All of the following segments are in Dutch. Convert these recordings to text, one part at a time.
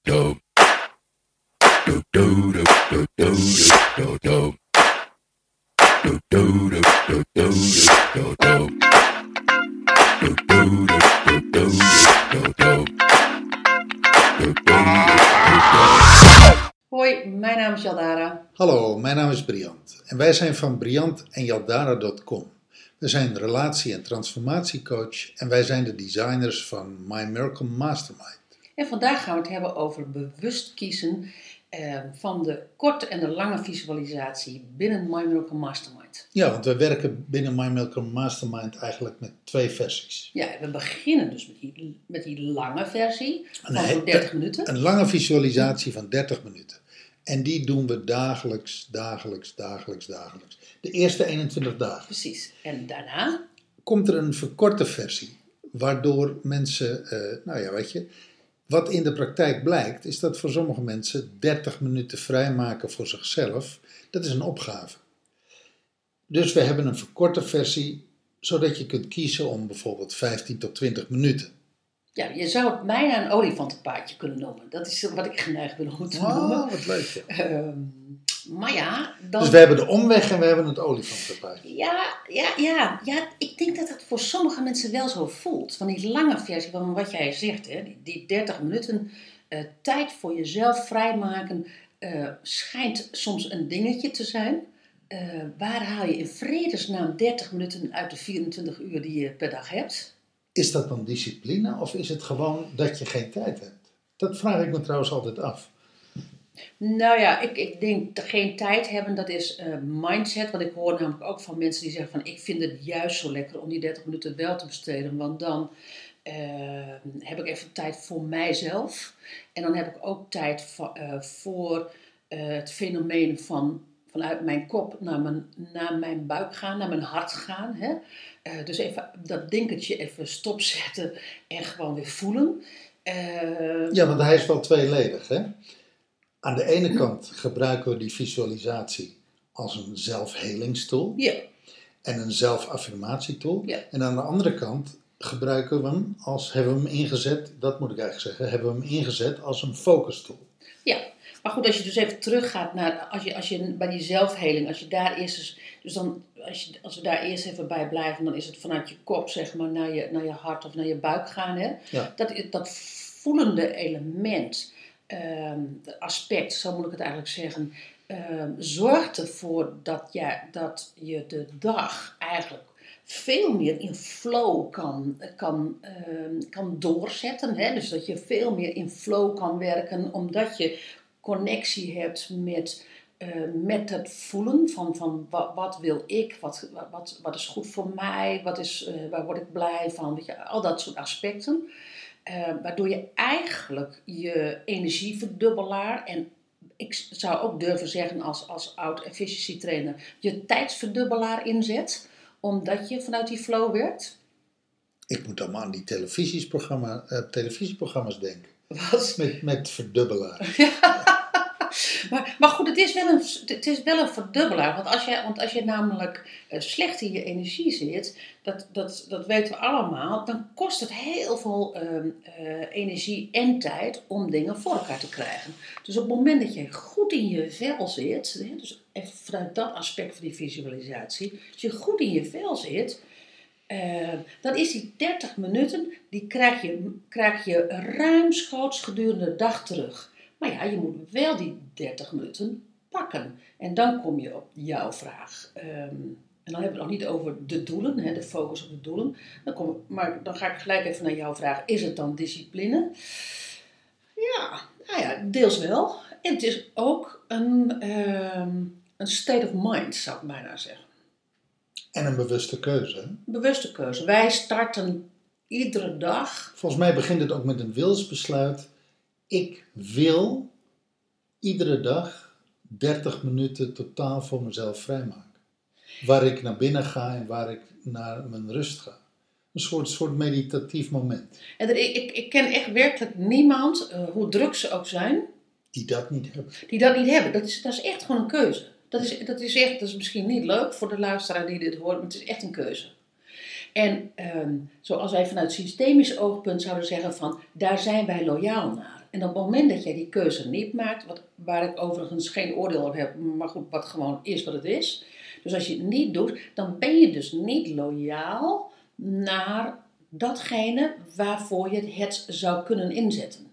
do do do do do do do do do do do do do do do. Hoi, mijn naam is Jaldara. Hallo, mijn naam is Briant en wij zijn van briantenjaldara.com. We zijn relatie- en transformatiecoach en wij zijn de designers van My Miracle Mastermind. En vandaag gaan we het hebben over bewust kiezen van de korte en de lange visualisatie binnen My Miracle Mastermind. Ja, want we werken binnen My Miracle Mastermind eigenlijk met 2 versies. Ja, we beginnen dus met die lange versie van zo'n 30 minuten. Een lange visualisatie van 30 minuten. En die doen we dagelijks. De eerste 21 dagen. Precies. En daarna? Komt er een verkorte versie, waardoor mensen, wat in de praktijk blijkt, is dat voor sommige mensen 30 minuten vrijmaken voor zichzelf, dat is een opgave. Dus we hebben een verkorte versie, zodat je kunt kiezen om bijvoorbeeld 15 tot 20 minuten. Ja, je zou het bijna een olifantenpaadje kunnen noemen. Dat is wat ik geneigd ben om te noemen. Oh, wat leuk. Ja. Maar ja, dan... Dus we hebben de omweg en we hebben het olifantenpaadje. Ja, ik denk dat het voor sommige mensen wel zo voelt. Van die lange versie, van wat jij zegt, hè, die 30 minuten tijd voor jezelf vrijmaken, schijnt soms een dingetje te zijn. Waar haal je in vredesnaam 30 minuten uit de 24 uur die je per dag hebt? Is dat dan discipline of is het gewoon dat je geen tijd hebt? Dat vraag ik me trouwens altijd af. Nou ja, ik denk geen tijd hebben, dat is mindset. Want ik hoor namelijk ook van mensen die zeggen van ik vind het juist zo lekker om die 30 minuten wel te besteden. Want dan heb ik even tijd voor mijzelf. En dan heb ik ook tijd voor het fenomeen van vanuit mijn kop naar mijn buik gaan, naar mijn hart gaan. Hè? Dus even dat dinkertje even stopzetten en gewoon weer voelen. Ja, want hij is wel tweeledig, hè? Aan de ene kant gebruiken we die visualisatie als een zelfhelingstool. Ja. En een zelfaffirmatietool. Ja. En aan de andere kant gebruiken we hem hebben we hem ingezet als een focustool. Ja, maar goed, als je dus even teruggaat naar, als je bij die zelfheling, als je daar eerst als we daar eerst even bij blijven, dan is het vanuit je kop, zeg maar, naar je hart of naar je buik gaan. Hè? Ja. Dat voelende element, aspect, zo moet ik het eigenlijk zeggen, zorgt ervoor dat je de dag eigenlijk veel meer in flow kan doorzetten. Hè? Dus dat je veel meer in flow kan werken, omdat je connectie hebt met het voelen van wat wil ik, wat is goed voor mij, waar word ik blij van, weet je, al dat soort aspecten. Waardoor je eigenlijk je energieverdubbelaar en ik zou ook durven zeggen als oud efficiency trainer je tijdsverdubbelaar inzet, omdat je vanuit die flow werkt. Ik moet allemaal aan die televisieprogramma's denken. Wat? Met verdubbelaar. Maar goed, het is wel een verdubbelaar. Want als je namelijk slecht in je energie zit, dat weten we allemaal, dan kost het heel veel energie en tijd om dingen voor elkaar te krijgen. Dus op het moment dat je goed in je vel zit, dus even vanuit dat aspect van die visualisatie, als je goed in je vel zit, dan is die 30 minuten, die krijg je ruimschoots gedurende de dag terug. Maar ja, je moet wel die 30 minuten pakken. En dan kom je op jouw vraag. En dan hebben we het nog niet over de doelen, hè, de focus op de doelen. Maar dan ga ik gelijk even naar jouw vraag. Is het dan discipline? Ja, nou ja, deels wel. En het is ook een state of mind, zou ik bijna zeggen. En een bewuste keuze. Hè? Bewuste keuze. Wij starten iedere dag. Volgens mij begint het ook met een wilsbesluit. Ik wil iedere dag 30 minuten totaal voor mezelf vrijmaken. Waar ik naar binnen ga en waar ik naar mijn rust ga. Een soort meditatief moment. En ik ken echt werkelijk niemand, hoe druk ze ook zijn, die dat niet hebben. Dat is echt gewoon een keuze. Dat is misschien niet leuk voor de luisteraar die dit hoort, maar het is echt een keuze. En zoals wij vanuit systemisch oogpunt zouden zeggen van, daar zijn wij loyaal naar. en op het moment dat jij die keuze niet maakt, waar ik overigens geen oordeel op heb, maar goed, wat gewoon is wat het is. Dus als je het niet doet, dan ben je dus niet loyaal naar datgene waarvoor je het zou kunnen inzetten.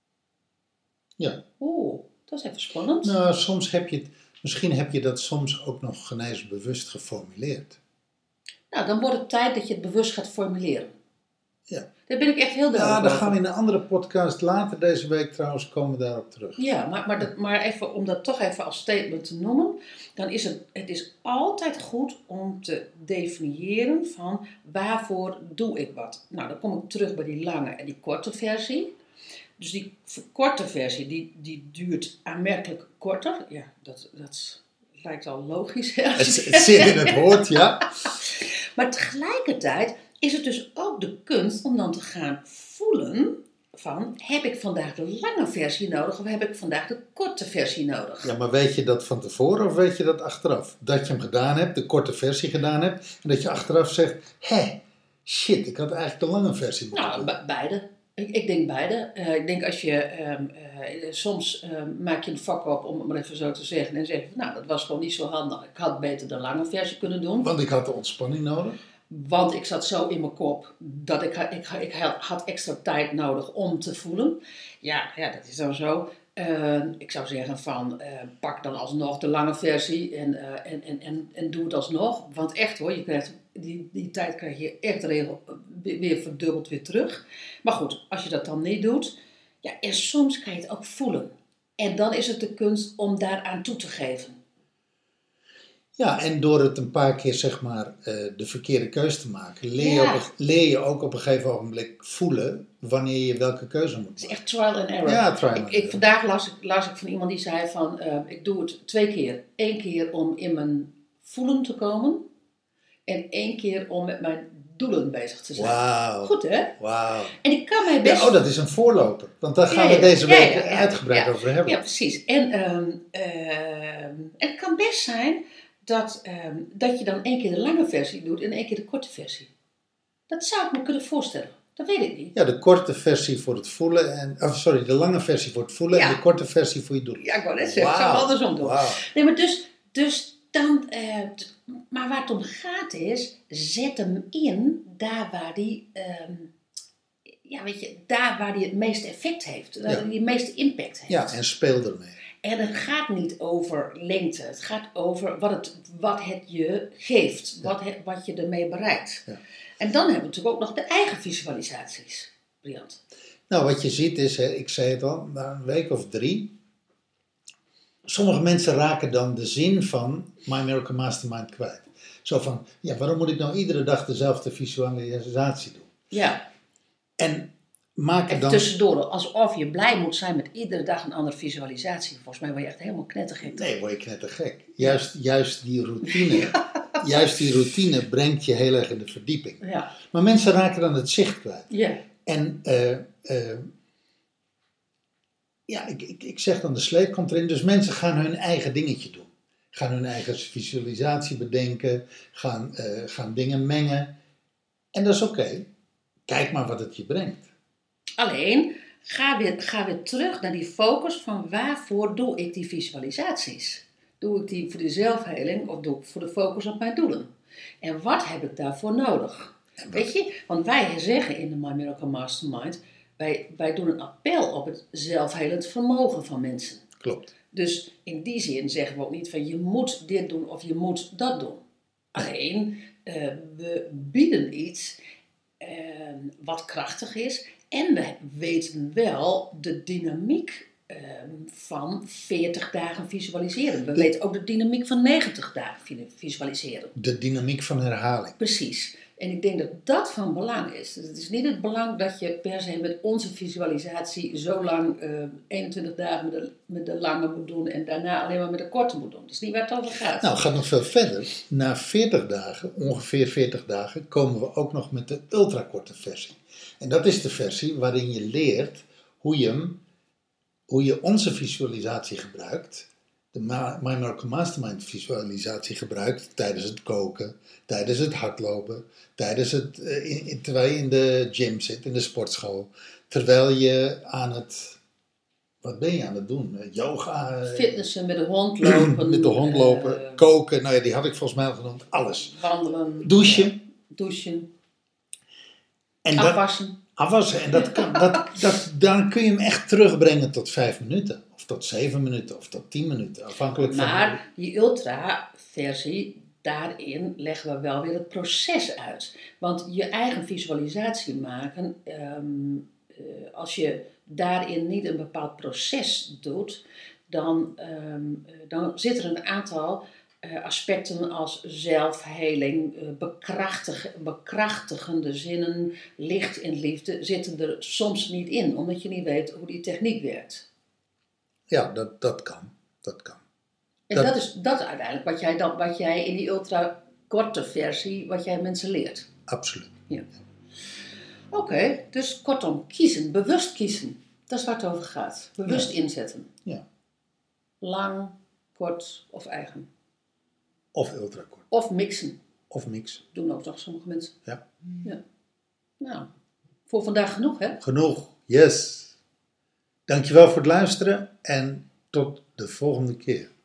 Ja. Oeh, dat is even spannend. Nou, misschien heb je dat soms ook nog ineens bewust geformuleerd. Nou, dan wordt het tijd dat je het bewust gaat formuleren. Ja. Daar ben ik echt heel duidelijk Ja, over. dan gaan we in een andere podcast later deze week trouwens komen we daarop terug. Ja, maar even, om dat toch even als statement te noemen, dan is het is altijd goed om te definiëren van waarvoor doe ik wat. Nou, dan kom ik terug bij die lange en die korte versie. Dus die korte versie, die duurt aanmerkelijk korter. Ja, dat lijkt al logisch. Hè? Het zit in het woord, ja. Maar tegelijkertijd is het dus ook de kunst om dan te gaan voelen van, heb ik vandaag de lange versie nodig of heb ik vandaag de korte versie nodig? Ja, maar weet je dat van tevoren of weet je dat achteraf? Dat je hem gedaan hebt, de korte versie gedaan hebt, en dat je achteraf zegt, shit, ik had eigenlijk de lange versie moeten Nou, doen. beide. Ik denk beide. Ik denk als je soms maak je een vak op, om het maar even zo te zeggen, en zeg je, nou, dat was gewoon niet zo handig. Ik had beter de lange versie kunnen doen. Want ik had de ontspanning nodig. Want ik zat zo in mijn kop dat ik had extra tijd nodig om te voelen. Ja, dat is dan zo. Ik zou zeggen van pak dan alsnog de lange versie en doe het alsnog. Want echt hoor, je krijgt, die tijd krijg je echt weer verdubbeld weer terug. Maar goed, als je dat dan niet doet, ja, en soms kan je het ook voelen. En dan is het de kunst om daaraan toe te geven. Ja, en door het een paar keer zeg maar de verkeerde keus te maken, Ja. leer je ook op een gegeven ogenblik voelen wanneer je welke keuze moet Het is maken. echt trial and error. Ja, trial and error. Vandaag las ik van iemand die zei van, ik doe het 2 keer. 1 keer om in mijn voelen te komen. En 1 keer om met mijn doelen bezig te zijn. Wauw. Goed hè? Wauw. En ik kan mij best... Ja, dat is een voorloper. Want daar gaan we deze week uitgebreid over hebben. Ja, precies. En het kan best zijn dat je dan 1 keer de lange versie doet en 1 keer de korte versie. Dat zou ik me kunnen voorstellen. Dat weet ik niet. Ja, de korte versie voor het voelen. De lange versie voor het voelen Ja. en de korte versie voor je doelen. Ja, ik wou net zeggen, ik zou het andersom doen. Wauw. Nee, maar dus dan... maar waar het om gaat is, zet hem in daar waar die... daar waar die het meeste effect heeft. Daar waar die het meeste impact heeft. Ja, en speel ermee. En het gaat niet over lengte. Het gaat over wat het je geeft. Wat je ermee bereikt. Ja. En dan hebben we natuurlijk ook nog de eigen visualisaties. Briant. Nou, wat je ziet is, ik zei het al, na een week of 3. Sommige mensen raken dan de zin van My Miracle Mastermind kwijt. Zo van, ja, waarom moet ik nou iedere dag dezelfde visualisatie doen? Ja. En maken Even dan... tussendoor. Alsof je blij moet zijn met iedere dag een andere visualisatie. Volgens mij word je echt helemaal knettergek. Nee, word je knettergek. Juist die routine... Juist die routine brengt je heel erg in de verdieping. Ja. Maar mensen raken dan het zicht kwijt. Ja. En ik zeg dan de sleep komt erin. Dus mensen gaan hun eigen dingetje doen. Gaan hun eigen visualisatie bedenken. Gaan dingen mengen. En dat is oké. Kijk maar wat het je brengt. Alleen, ga weer terug naar die focus van waarvoor doe ik die visualisaties? Doe ik die voor de zelfheling of doe ik voor de focus op mijn doelen? En wat heb ik daarvoor nodig? Weet je, want wij zeggen in de My Miracle Mastermind, wij doen een appel op het zelfhelend vermogen van mensen. Klopt. Dus in die zin zeggen we ook niet van je moet dit doen of je moet dat doen. Alleen, we bieden iets wat krachtig is en we weten wel de dynamiek van 40 dagen visualiseren. We weten ook de dynamiek van 90 dagen visualiseren. De dynamiek van herhaling. Precies. En ik denk dat dat van belang is. Dus het is niet het belang dat je per se met onze visualisatie zo lang 21 dagen met de lange moet doen en daarna alleen maar met de korte moet doen. Dat is niet waar het over gaat. Nou, het gaat nog veel verder. Na 40 dagen, ongeveer 40 dagen, komen we ook nog met de ultrakorte versie. En dat is de versie waarin je leert hoe je onze visualisatie gebruikt, de My Miracle Mastermind visualisatie gebruikt tijdens het koken, tijdens het hardlopen, terwijl je in de gym zit, in de sportschool, terwijl je aan het Wat ben je aan het doen? Yoga? Fitnessen, met de hond lopen. Met de hond lopen, koken. Nou ja, die had ik volgens mij al genoemd. Alles. Wandelen. Douchen. Douchen. En Afwassen. afwassen. En dan kun je hem echt terugbrengen tot 5 minuten. Of tot 7 minuten. Of tot 10 minuten. Afhankelijk van... Maar die ultra-versie, daarin leggen we wel weer het proces uit. Want je eigen visualisatie maken, als je daarin niet een bepaald proces doet, dan zit er een aantal aspecten als zelfheling, bekrachtigende zinnen, licht en liefde, zitten er soms niet in, omdat je niet weet hoe die techniek werkt. Ja, dat kan. En dat is uiteindelijk wat jij in die ultra korte versie, wat jij mensen leert. Absoluut. Ja. Oké, dus kortom, kiezen, bewust kiezen. Dat is waar het over gaat. Bewust inzetten. Ja. Lang, kort of eigen. Of ultrakort. Of mixen. Of mix. Doen ook nog sommige mensen. Ja. Nou, voor vandaag genoeg, hè? Genoeg. Yes. Dankjewel voor het luisteren en tot de volgende keer.